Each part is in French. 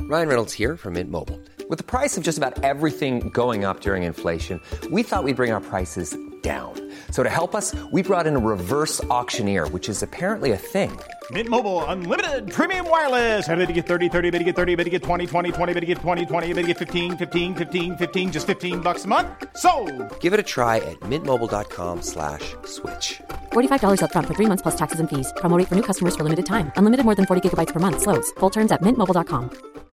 Ryan Reynolds here from Mint Mobile. With the price of just about everything going up during inflation, we thought we'd bring our prices down. So to help us, we brought in a reverse auctioneer, which is apparently a thing. Mint Mobile Unlimited Premium Wireless. How to get 30, 30, bit to get 30, bit to get 20, 20, 20, bit to get 20, 20, bit to get 15, 15, 15, 15, just $15 a month? Sold! Give it a try at mintmobile.com/switch. $45 up front for 3 months plus taxes and fees. Promo rate for new customers for limited time. Unlimited more than 40 gigabytes per month. Slows full terms at mintmobile.com.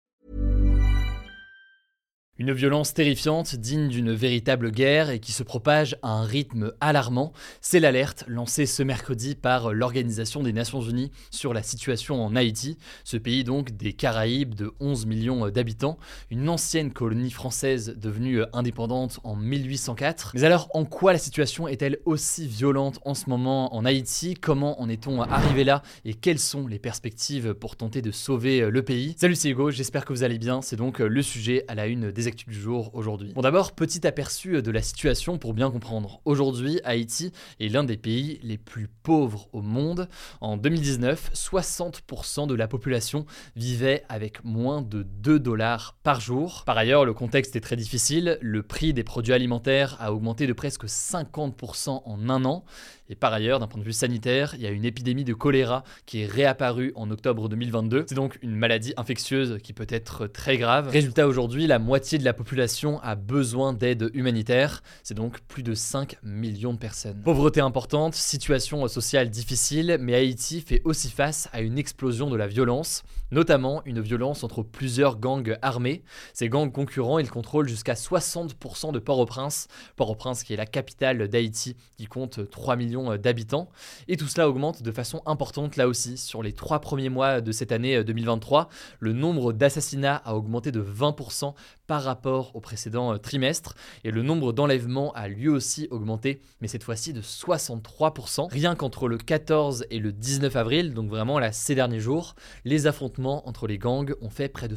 Une violence terrifiante, digne d'une véritable guerre et qui se propage à un rythme alarmant, c'est l'alerte lancée ce mercredi par l'Organisation des Nations Unies sur la situation en Haïti, ce pays donc des Caraïbes de 11 millions d'habitants, une ancienne colonie française devenue indépendante en 1804. Mais alors, en quoi la situation est-elle aussi violente en ce moment en Haïti ? Comment en est-on arrivé là et quelles sont les perspectives pour tenter de sauver le pays ? Salut, c'est Hugo, j'espère que vous allez bien, c'est donc le sujet à la une des actus du jour aujourd'hui. Bon, d'abord, petit aperçu de la situation pour bien comprendre. Aujourd'hui, Haïti est l'un des pays les plus pauvres au monde. En 2019, 60% de la population vivait avec moins de $2 par jour. Par ailleurs, le contexte est très difficile. Le prix des produits alimentaires a augmenté de presque 50% en un an. Et par ailleurs, d'un point de vue sanitaire, il y a une épidémie de choléra qui est réapparue en octobre 2022. C'est donc une maladie infectieuse qui peut être très grave. Résultat, aujourd'hui, la moitié de la population a besoin d'aide humanitaire. C'est donc plus de 5 millions de personnes. Pauvreté importante, situation sociale difficile, mais Haïti fait aussi face à une explosion de la violence, notamment une violence entre plusieurs gangs armés. Ces gangs concurrents, ils contrôlent jusqu'à 60% de Port-au-Prince. Port-au-Prince qui est la capitale d'Haïti, qui compte 3 millions d'habitants. Et tout cela augmente de façon importante là aussi. Sur les 3 premiers mois de cette année 2023, le nombre d'assassinats a augmenté de 20% par rapport au précédent trimestre. Et le nombre d'enlèvements a lui aussi augmenté, mais cette fois-ci de 63%. Rien qu'entre le 14 et le 19 avril, donc vraiment là ces derniers jours, les affrontements entre les gangs ont fait près de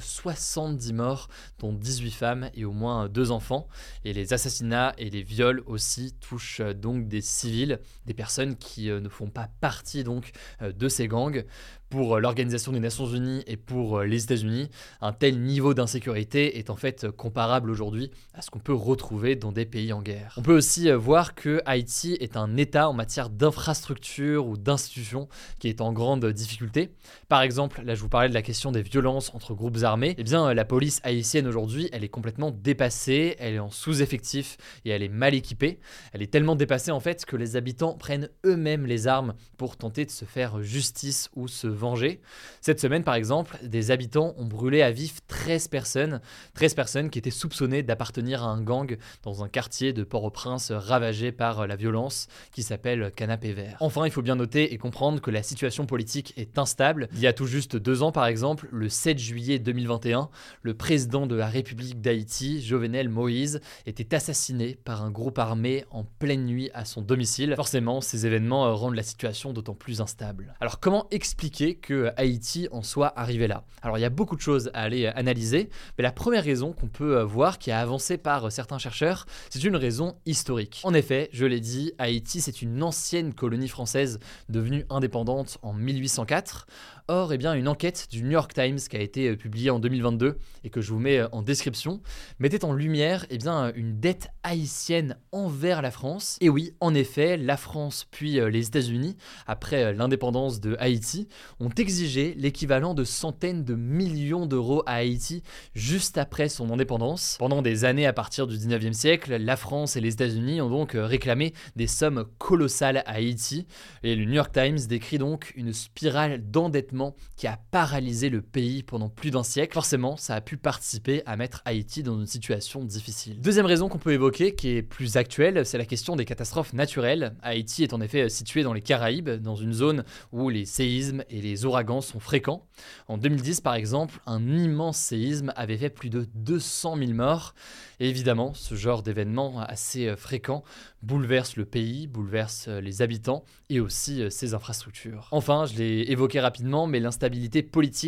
70 morts, dont 18 femmes et au moins 2 enfants. Et les assassinats et les viols aussi touchent donc des civils, des personnes qui ne font pas partie donc de ces gangs. Pour l'Organisation des Nations Unies et pour les États-Unis, un tel niveau d'insécurité est en fait comparable aujourd'hui à ce qu'on peut retrouver dans des pays en guerre. On peut aussi voir que Haïti est un État en matière d'infrastructure ou d'institutions qui est en grande difficulté. Par exemple, là je vous parlais de la question des violences entre groupes armés. Eh bien, la police haïtienne aujourd'hui, elle est complètement dépassée, elle est en sous-effectif et elle est mal équipée. Elle est tellement dépassée en fait que les habitants prennent eux-mêmes les armes pour tenter de se faire justice ou se venger. Cette semaine, par exemple, des habitants ont brûlé à vif 13 personnes qui étaient soupçonnées d'appartenir à un gang dans un quartier de Port-au-Prince ravagé par la violence qui s'appelle Canapé Vert. Enfin, il faut bien noter et comprendre que la situation politique est instable. Il y a tout juste 2 ans, par exemple, le 7 juillet 2021, le président de la République d'Haïti, Jovenel Moïse, était assassiné par un groupe armé en pleine nuit à son domicile. Forcément, ces événements rendent la situation d'autant plus instable. Alors, comment expliquer que Haïti en soit arrivé là ? Alors il y a beaucoup de choses à aller analyser, mais la première raison qu'on peut voir, qui est avancée par certains chercheurs, c'est une raison historique. En effet, je l'ai dit, Haïti c'est une ancienne colonie française devenue indépendante en 1804. Or, une enquête du New York Times qui a été publiée en 2022 et que je vous mets en description, mettait en lumière une dette haïtienne envers la France. Et oui, en effet, la France puis les États-Unis, après l'indépendance de Haïti, ont exigé l'équivalent de centaines de millions d'euros à Haïti juste après son indépendance. Pendant des années à partir du 19e siècle, la France et les États-Unis ont donc réclamé des sommes colossales à Haïti. Et le New York Times décrit donc une spirale d'endettement qui a paralysé le pays pendant plus d'un siècle. Forcément, ça a pu participer à mettre Haïti dans une situation difficile. Deuxième raison qu'on peut évoquer, qui est plus actuelle, c'est la question des catastrophes naturelles. Haïti est en effet situé dans les Caraïbes, dans une zone où les séismes et les ouragans sont fréquents. En 2010, par exemple, un immense séisme avait fait plus de 200 000 morts. Et évidemment, ce genre d'événement assez fréquent bouleverse le pays, bouleverse les habitants et aussi ses infrastructures. Enfin, je l'ai évoqué rapidement, mais l'instabilité politique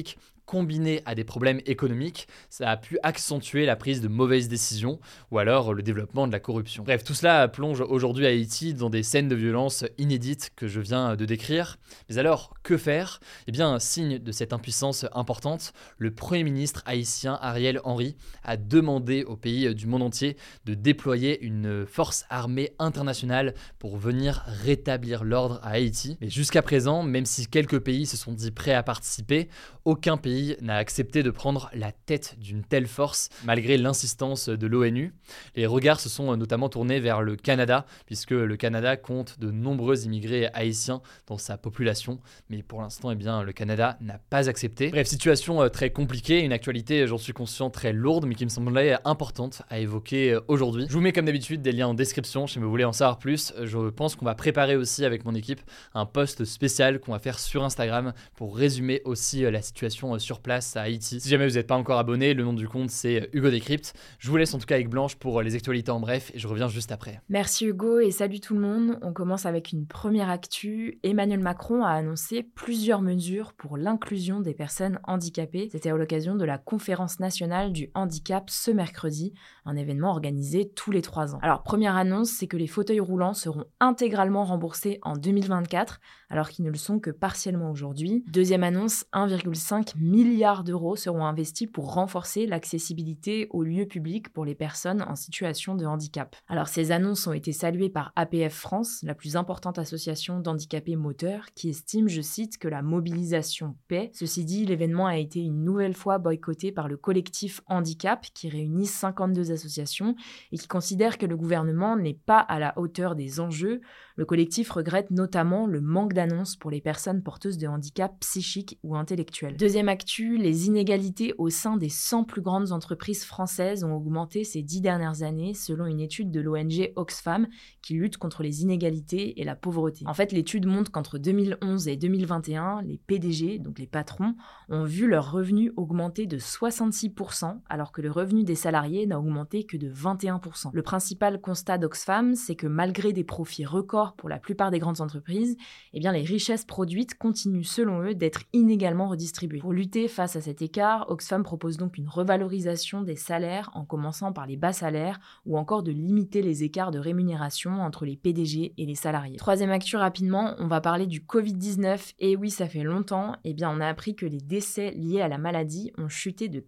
combiné à des problèmes économiques, ça a pu accentuer la prise de mauvaises décisions ou alors le développement de la corruption. Bref, tout cela plonge aujourd'hui Haïti dans des scènes de violence inédites que je viens de décrire. Mais alors, que faire ? Eh bien, signe de cette impuissance importante, le Premier ministre haïtien Ariel Henry a demandé aux pays du monde entier de déployer une force armée internationale pour venir rétablir l'ordre à Haïti. Et jusqu'à présent, même si quelques pays se sont dit prêts à participer, aucun pays n'a accepté de prendre la tête d'une telle force, malgré l'insistance de l'ONU. Les regards se sont notamment tournés vers le Canada, puisque le Canada compte de nombreux immigrés haïtiens dans sa population, mais pour l'instant, eh bien, le Canada n'a pas accepté. Bref, situation très compliquée, une actualité, j'en suis conscient, très lourde, mais qui me semblait importante à évoquer aujourd'hui. Je vous mets comme d'habitude des liens en description si vous voulez en savoir plus. Je pense qu'on va préparer aussi avec mon équipe un post spécial qu'on va faire sur Instagram pour résumer aussi la situation sur place à Haïti. Si jamais vous n'êtes pas encore abonné, le nom du compte c'est Hugo Décrypte. Je vous laisse en tout cas avec Blanche pour les actualités en bref et je reviens juste après. Merci Hugo et salut tout le monde. On commence avec une première actu. Emmanuel Macron a annoncé plusieurs mesures pour l'inclusion des personnes handicapées. C'était à l'occasion de la conférence nationale du handicap ce mercredi, un événement organisé tous les 3 ans. Alors première annonce, c'est que les fauteuils roulants seront intégralement remboursés en 2024, alors qu'ils ne le sont que partiellement aujourd'hui. Deuxième annonce, 1,5 milliard d'euros seront investis pour renforcer l'accessibilité aux lieux publics pour les personnes en situation de handicap. Alors ces annonces ont été saluées par APF France, la plus importante association d'handicapés moteurs, qui estime, je cite, que la mobilisation paie. Ceci dit, l'événement a été une nouvelle fois boycotté par le collectif Handicap, qui réunit 52 associations et qui considère que le gouvernement n'est pas à la hauteur des enjeux. Le collectif regrette notamment le manque d'annonces pour les personnes porteuses de handicap psychique ou intellectuel. Deuxième actu, les inégalités au sein des 100 plus grandes entreprises françaises ont augmenté ces 10 dernières années selon une étude de l'ONG Oxfam qui lutte contre les inégalités et la pauvreté. En fait, l'étude montre qu'entre 2011 et 2021, les PDG, donc les patrons, ont vu leurs revenus augmenter de 66% alors que le revenu des salariés n'a augmenté que de 21%. Le principal constat d'Oxfam, c'est que malgré des profits records pour la plupart des grandes entreprises, eh bien les richesses produites continuent selon eux d'être inégalement redistribuées. Pour lutter face à cet écart, Oxfam propose donc une revalorisation des salaires en commençant par les bas salaires ou encore de limiter les écarts de rémunération entre les PDG et les salariés. Troisième actu rapidement, on va parler du Covid-19 et oui, ça fait longtemps, eh bien on a appris que les décès liés à la maladie ont chuté de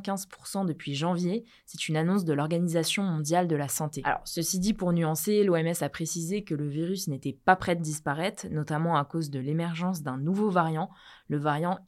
95% depuis janvier. C'est une annonce de l'Organisation mondiale de la santé. Alors ceci dit, pour nuancer, l'OMS a précisé que le virus n'était pas prêt de disparaître, notamment à cause de l'émergence d'un nouveau variant, le variant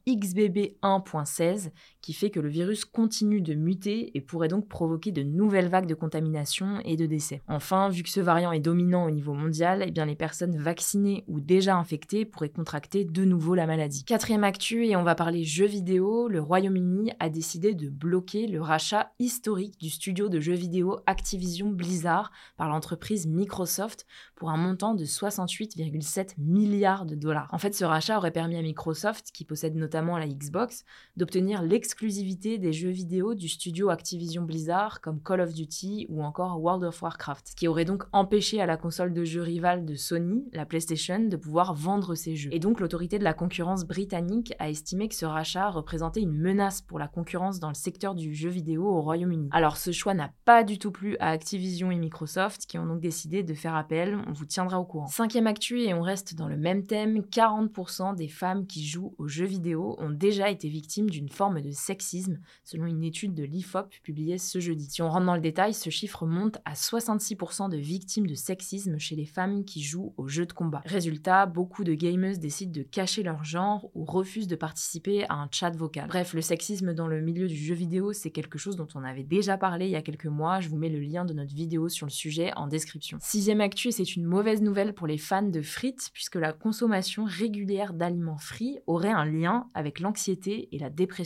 XBB1.16, qui fait que le virus continue de muter et pourrait donc provoquer de nouvelles vagues de contamination et de décès. Enfin, vu que ce variant est dominant au niveau mondial, eh bien les personnes vaccinées ou déjà infectées pourraient contracter de nouveau la maladie. Quatrième actu, et on va parler jeux vidéo, le Royaume-Uni a décidé de bloquer le rachat historique du studio de jeux vidéo Activision Blizzard par l'entreprise Microsoft pour un montant de 68,7 milliards de dollars. En fait, ce rachat aurait permis à Microsoft, qui possède notamment la Xbox, d'obtenir l'exclusivité des jeux vidéo du studio Activision Blizzard comme Call of Duty ou encore World of Warcraft, ce qui aurait donc empêché à la console de jeux rivale de Sony, la PlayStation, de pouvoir vendre ses jeux. Et donc l'autorité de la concurrence britannique a estimé que ce rachat représentait une menace pour la concurrence dans le secteur du jeu vidéo au Royaume-Uni. Alors ce choix n'a pas du tout plu à Activision et Microsoft qui ont donc décidé de faire appel, on vous tiendra au courant. Cinquième actu et on reste dans le même thème, 40% des femmes qui jouent aux jeux vidéo ont déjà été victimes d'une forme de sexisme, selon une étude de l'IFOP publiée ce jeudi. Si on rentre dans le détail, ce chiffre monte à 66% de victimes de sexisme chez les femmes qui jouent aux jeux de combat. Résultat, beaucoup de gameuses décident de cacher leur genre ou refusent de participer à un chat vocal. Bref, le sexisme dans le milieu du jeu vidéo, c'est quelque chose dont on avait déjà parlé il y a quelques mois. Je vous mets le lien de notre vidéo sur le sujet en description. Sixième actu, et c'est une mauvaise nouvelle pour les fans de frites, puisque la consommation régulière d'aliments frits aurait un lien avec l'anxiété et la dépression. C'est ce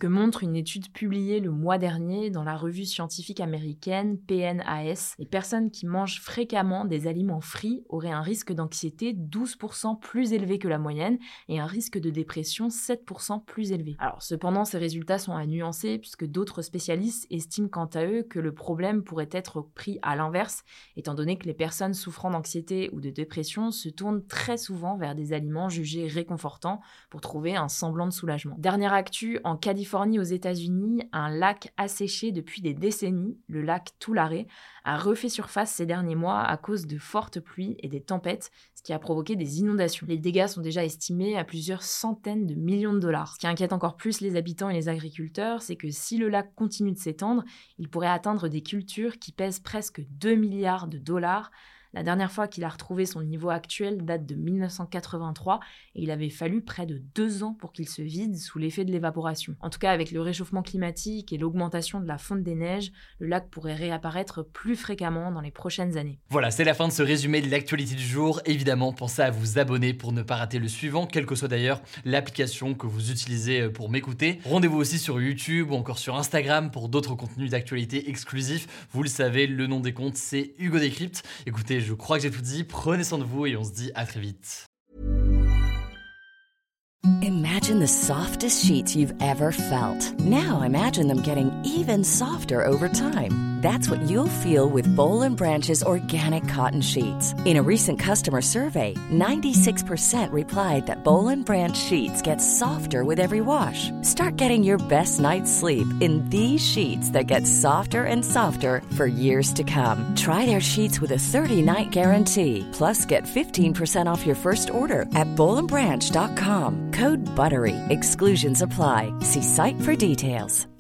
que montre une étude publiée le mois dernier dans la revue scientifique américaine PNAS. Les personnes qui mangent fréquemment des aliments frits auraient un risque d'anxiété 12% plus élevé que la moyenne et un risque de dépression 7% plus élevé. Alors cependant, ces résultats sont à nuancer puisque d'autres spécialistes estiment quant à eux que le problème pourrait être pris à l'inverse, étant donné que les personnes souffrant d'anxiété ou de dépression se tournent très souvent vers des aliments jugés réconfortants pour trouver un semblant de soulagement. Dernière actu, en Californie aux États-Unis, un lac asséché depuis des décennies, le lac Tulare, a refait surface ces derniers mois à cause de fortes pluies et des tempêtes, ce qui a provoqué des inondations. Les dégâts sont déjà estimés à plusieurs centaines de millions de dollars. Ce qui inquiète encore plus les habitants et les agriculteurs, c'est que si le lac continue de s'étendre, il pourrait atteindre des cultures qui pèsent presque 2 milliards de dollars. La dernière fois qu'il a retrouvé son niveau actuel date de 1983 et il avait fallu près de 2 ans pour qu'il se vide sous l'effet de l'évaporation. En tout cas, avec le réchauffement climatique et l'augmentation de la fonte des neiges, le lac pourrait réapparaître plus fréquemment dans les prochaines années. Voilà, c'est la fin de ce résumé de l'actualité du jour. Évidemment, pensez à vous abonner pour ne pas rater le suivant, quelle que soit d'ailleurs l'application que vous utilisez pour m'écouter. Rendez-vous aussi sur YouTube ou encore sur Instagram pour d'autres contenus d'actualité exclusifs. Vous le savez, le nom des comptes, c'est Hugo Décrypte. Écoutez, je crois que j'ai tout dit. Prenez soin de vous et on se dit à très vite. Imagine the softest sheets you've ever felt. Now imagine them getting even softer over time. That's what you'll feel with Boll & Branch's organic cotton sheets. In a recent customer survey, 96% replied that Boll & Branch sheets get softer with every wash. Start getting your best night's sleep in these sheets that get softer and softer for years to come. Try their sheets with a 30-night guarantee. Plus, get 15% off your first order at bollandbranch.com. Code BUTTERY. Exclusions apply. See site for details.